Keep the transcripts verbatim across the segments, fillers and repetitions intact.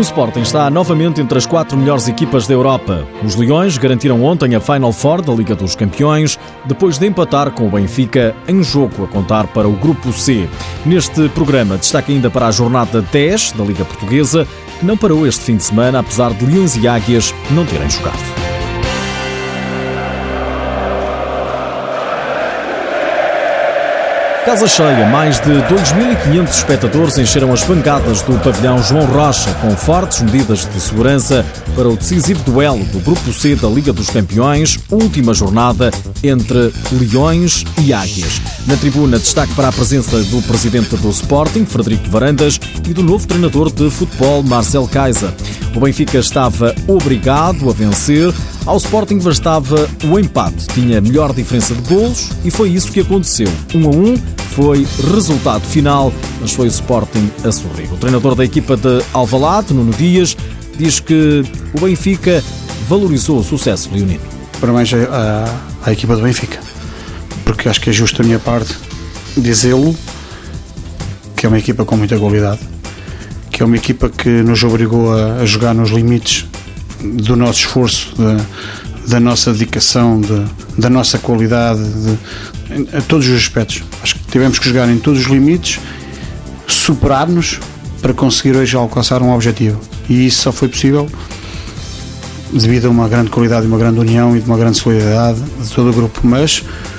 O Sporting está novamente entre as quatro melhores equipas da Europa. Os Leões garantiram ontem a Final Four da Liga dos Campeões, depois de empatar com o Benfica em jogo a contar para o Grupo C. Neste programa, destaque ainda para a jornada dez da Liga Portuguesa, que não parou este fim de semana, apesar de Leões e Águias não terem jogado. Casa cheia, mais de dois mil e quinhentos espectadores encheram as bancadas do pavilhão João Rocha, com fortes medidas de segurança para o decisivo duelo do Grupo C da Liga dos Campeões, última jornada entre Leões e Águias. Na tribuna, destaque para a presença do presidente do Sporting, Frederico Varandas, e do novo treinador de futebol, Marcel Kaiser. O Benfica estava obrigado a vencer. Ao Sporting bastava o empate. Tinha melhor diferença de golos e foi isso que aconteceu. um a um foi resultado final, mas foi o Sporting a sorrir. O treinador da equipa de Alvalade, Nuno Dias, diz que o Benfica valorizou o sucesso leonino. Parabéns à, à equipa do Benfica, porque acho que é justo da minha parte dizê-lo, que é uma equipa com muita qualidade, que é uma equipa que nos obrigou a, a jogar nos limites do nosso esforço, de, da nossa dedicação, de, da nossa qualidade, de, a todos os aspectos. Acho que tivemos que jogar em todos os limites, superar-nos para conseguir hoje alcançar um objetivo. E isso só foi possível devido a uma grande qualidade, uma grande união e de uma grande solidariedade de todo o grupo. Mas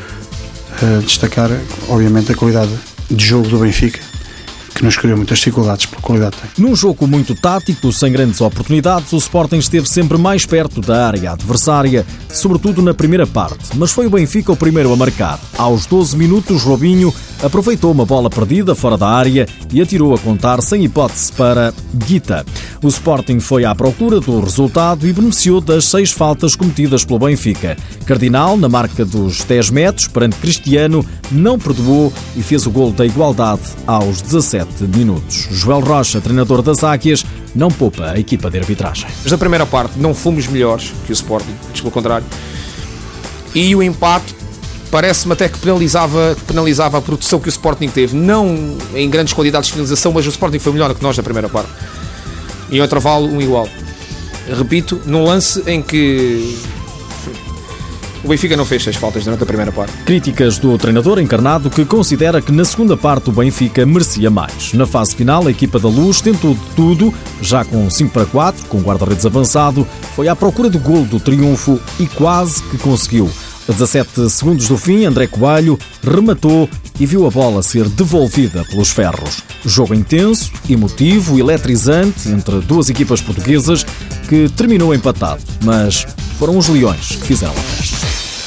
uh, destacar, obviamente, a qualidade de jogo do Benfica, que nos criou muitas dificuldades pela qualidade que tem. Num jogo muito tático, sem grandes oportunidades, o Sporting esteve sempre mais perto da área adversária, sobretudo na primeira parte, mas foi o Benfica o primeiro a marcar. Aos doze minutos, Robinho aproveitou uma bola perdida fora da área e atirou a contar sem hipótese para Guita. O Sporting foi à procura do resultado e beneficiou das seis faltas cometidas pelo Benfica. Cardinal, na marca dos dez metros, perante Cristiano, não perdoou e fez o golo da igualdade aos dezassete minutos. Joel Rocha, treinador das Águias, não poupa a equipa de arbitragem. Mas na primeira parte não fomos melhores que o Sporting, pelo contrário. E o empate parece-me até que penalizava, penalizava a produção que o Sporting teve. Não em grandes qualidades de finalização, mas o Sporting foi melhor que nós na primeira parte. E ao intervalo, um igual. Repito, num lance em que o Benfica não fez seis faltas durante a primeira parte. Críticas do treinador encarnado, que considera que na segunda parte o Benfica merecia mais. Na fase final, a equipa da Luz tentou de tudo, já com cinco para quatro, com o guarda-redes avançado, foi à procura do golo do triunfo e quase que conseguiu. A dezassete segundos do fim, André Coelho rematou e viu a bola ser devolvida pelos ferros. Jogo intenso, emotivo, eletrizante entre duas equipas portuguesas que terminou empatado, mas foram os Leões que fizeram a festa.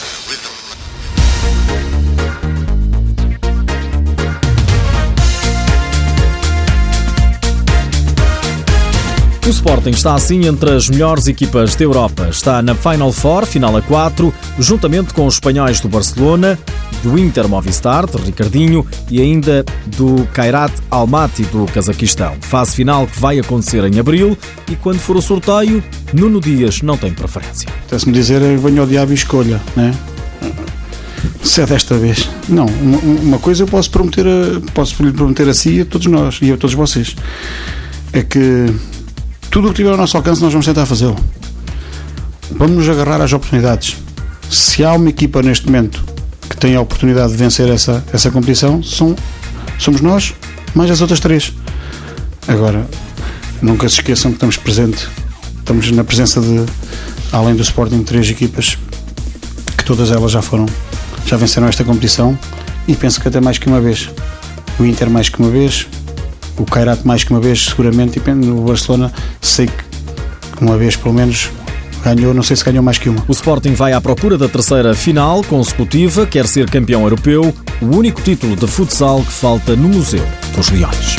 O Sporting está assim entre as melhores equipas da Europa. Está na Final Four, final a quatro, juntamente com os espanhóis do Barcelona, do Inter Movistar, de Ricardinho, e ainda do Kairat Almaty, do Cazaquistão. Fase final que vai acontecer em abril e quando for o sorteio, Nuno Dias não tem preferência. Até-se-me dizer, venho ao diabo e escolha, né? Se é desta vez. Não, uma, uma coisa eu posso prometer a, posso lhe prometer a si e a todos nós e a todos vocês. É que tudo o que tiver ao nosso alcance nós vamos tentar fazê-lo. Vamos nos agarrar às oportunidades. Se há uma equipa neste momento que tem a oportunidade de vencer essa, essa competição, são, somos nós, mais as outras três. Agora, nunca se esqueçam que estamos presente, estamos na presença de, além do Sporting, três equipas que todas elas já foram, já venceram esta competição e penso que até mais que uma vez. O Inter mais que uma vez, o Kairat mais que uma vez, seguramente, e no Barcelona sei que uma vez pelo menos ganhou, não sei se ganhou mais que uma. O Sporting vai à procura da terceira final consecutiva, quer ser campeão europeu, o único título de futsal que falta no Museu dos Leões.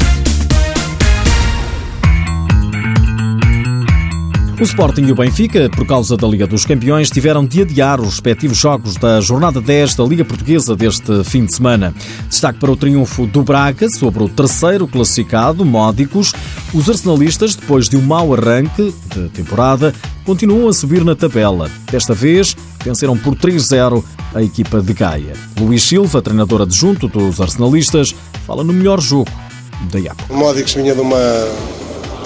O Sporting e o Benfica, por causa da Liga dos Campeões, tiveram de adiar os respectivos jogos da jornada dez da Liga Portuguesa deste fim de semana. Destaque para o triunfo do Braga sobre o terceiro classificado, Módicos. Os arsenalistas, depois de um mau arranque de temporada, continuam a subir na tabela. Desta vez, venceram por três a zero a equipa de Gaia. Luís Silva, treinador adjunto dos arsenalistas, fala no melhor jogo da época. O Módicos vinha de uma...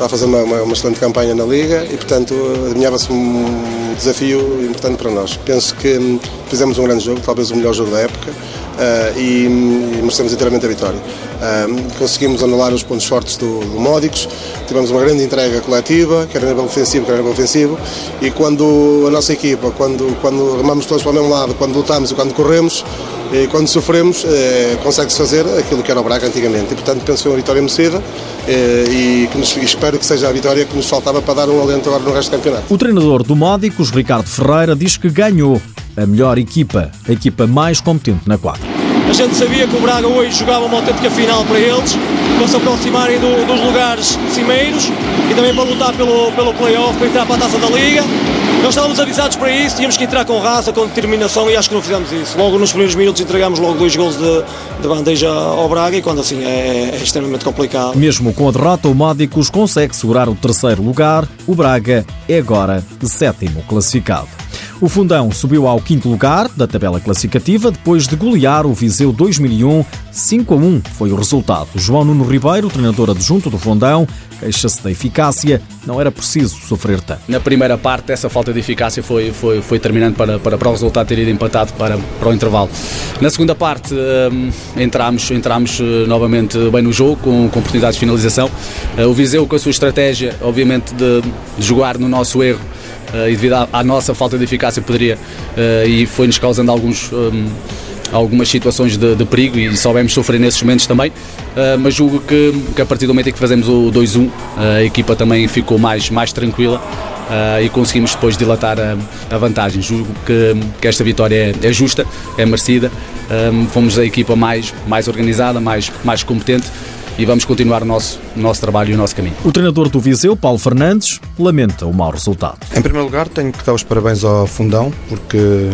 está a fazer uma, uma, uma excelente campanha na Liga e, portanto, adivinhava-se um desafio importante para nós. Penso que fizemos um grande jogo, talvez o melhor jogo da época, uh, e, e merecemos inteiramente a vitória. Uh, conseguimos anular os pontos fortes do, do Módicos, tivemos uma grande entrega coletiva, quer a nível ofensivo, quer a nível ofensivo, e quando a nossa equipa, quando, quando remamos todos para o mesmo lado, quando lutamos e quando corremos, e quando sofremos, eh, consegue-se fazer aquilo que era o Braga antigamente. E, portanto, penso que foi uma vitória merecida eh, e, que nos, e espero que seja a vitória que nos faltava para dar um alento agora no resto do campeonato. O treinador do Módicos, Ricardo Ferreira, diz que ganhou a melhor equipa, a equipa mais competente na quadra. A gente sabia que o Braga hoje jogava uma autêntica final para eles, para se aproximarem do, dos lugares cimeiros e também para lutar pelo, pelo play-off, para entrar para a Taça da Liga. Nós estávamos avisados para isso, tínhamos que entrar com raça, com determinação e acho que não fizemos isso. Logo nos primeiros minutos entregámos logo dois gols de, de bandeja ao Braga e quando assim é, é extremamente complicado. Mesmo com a derrota, o Módicos consegue segurar o terceiro lugar. O Braga é agora sétimo classificado. O Fundão subiu ao quinto lugar da tabela classificativa depois de golear o Viseu dois mil e um. cinco a um foi o resultado. João Nuno Ribeiro, treinador adjunto do Fundão, queixa-se da eficácia. Não era preciso sofrer tanto. Na primeira parte, essa falta de eficácia foi, foi, foi determinante para, para, para o resultado ter ido empatado para, para o intervalo. Na segunda parte, um, entramos, entramos uh, novamente bem no jogo, com, com oportunidades de finalização. Uh, o Viseu, com a sua estratégia, obviamente, de, de jogar no nosso erro, Uh, e devido à, à nossa falta de eficácia poderia uh, e foi-nos causando alguns, um, algumas situações de, de perigo e soubemos sofrer nesses momentos também, uh, mas julgo que, que a partir do momento em que fazemos o dois a um, uh, a equipa também ficou mais, mais tranquila uh, e conseguimos depois dilatar a, a vantagem. Julgo que, que esta vitória é, é justa, é merecida, um, fomos a equipa mais, mais organizada, mais, mais competente e vamos continuar o nosso, o nosso trabalho e o nosso caminho. O treinador do Viseu, Paulo Fernandes, lamenta o mau resultado. Em primeiro lugar, tenho que dar os parabéns ao Fundão, porque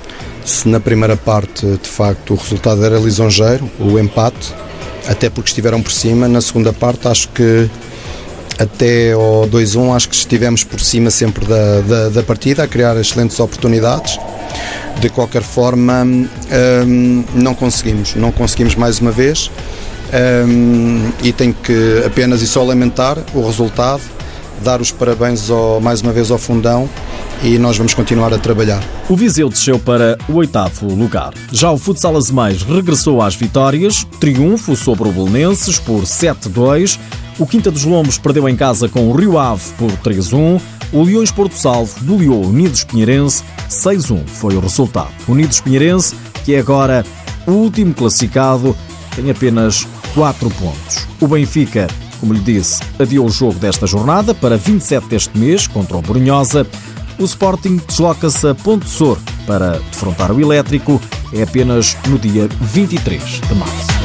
se na primeira parte, de facto, o resultado era lisonjeiro, o empate, até porque estiveram por cima, na segunda parte acho que até ao dois a um acho que estivemos por cima sempre da, da, da partida, a criar excelentes oportunidades. De qualquer forma, hum, não conseguimos, não conseguimos mais uma vez. Um, e tenho que apenas e só lamentar o resultado, dar os parabéns ao, mais uma vez ao Fundão e nós vamos continuar a trabalhar. O Viseu desceu para o oitavo lugar. Já o Futsal Azemais regressou às vitórias, triunfo sobre o Belenenses por sete a dois, o Quinta dos Lombos perdeu em casa com o Rio Ave por três a um, o Leões Porto Salvo goleou o Unidos Pinheirense, seis a um foi o resultado. O Unidos Pinheirense, que é agora o último classificado, tem apenas quatro pontos. O Benfica, como lhe disse, adiou o jogo desta jornada para vinte e sete deste mês contra o Brunhosa. O Sporting desloca-se a Ponte Sor para defrontar o Elétrico. É apenas no dia vinte e três de março.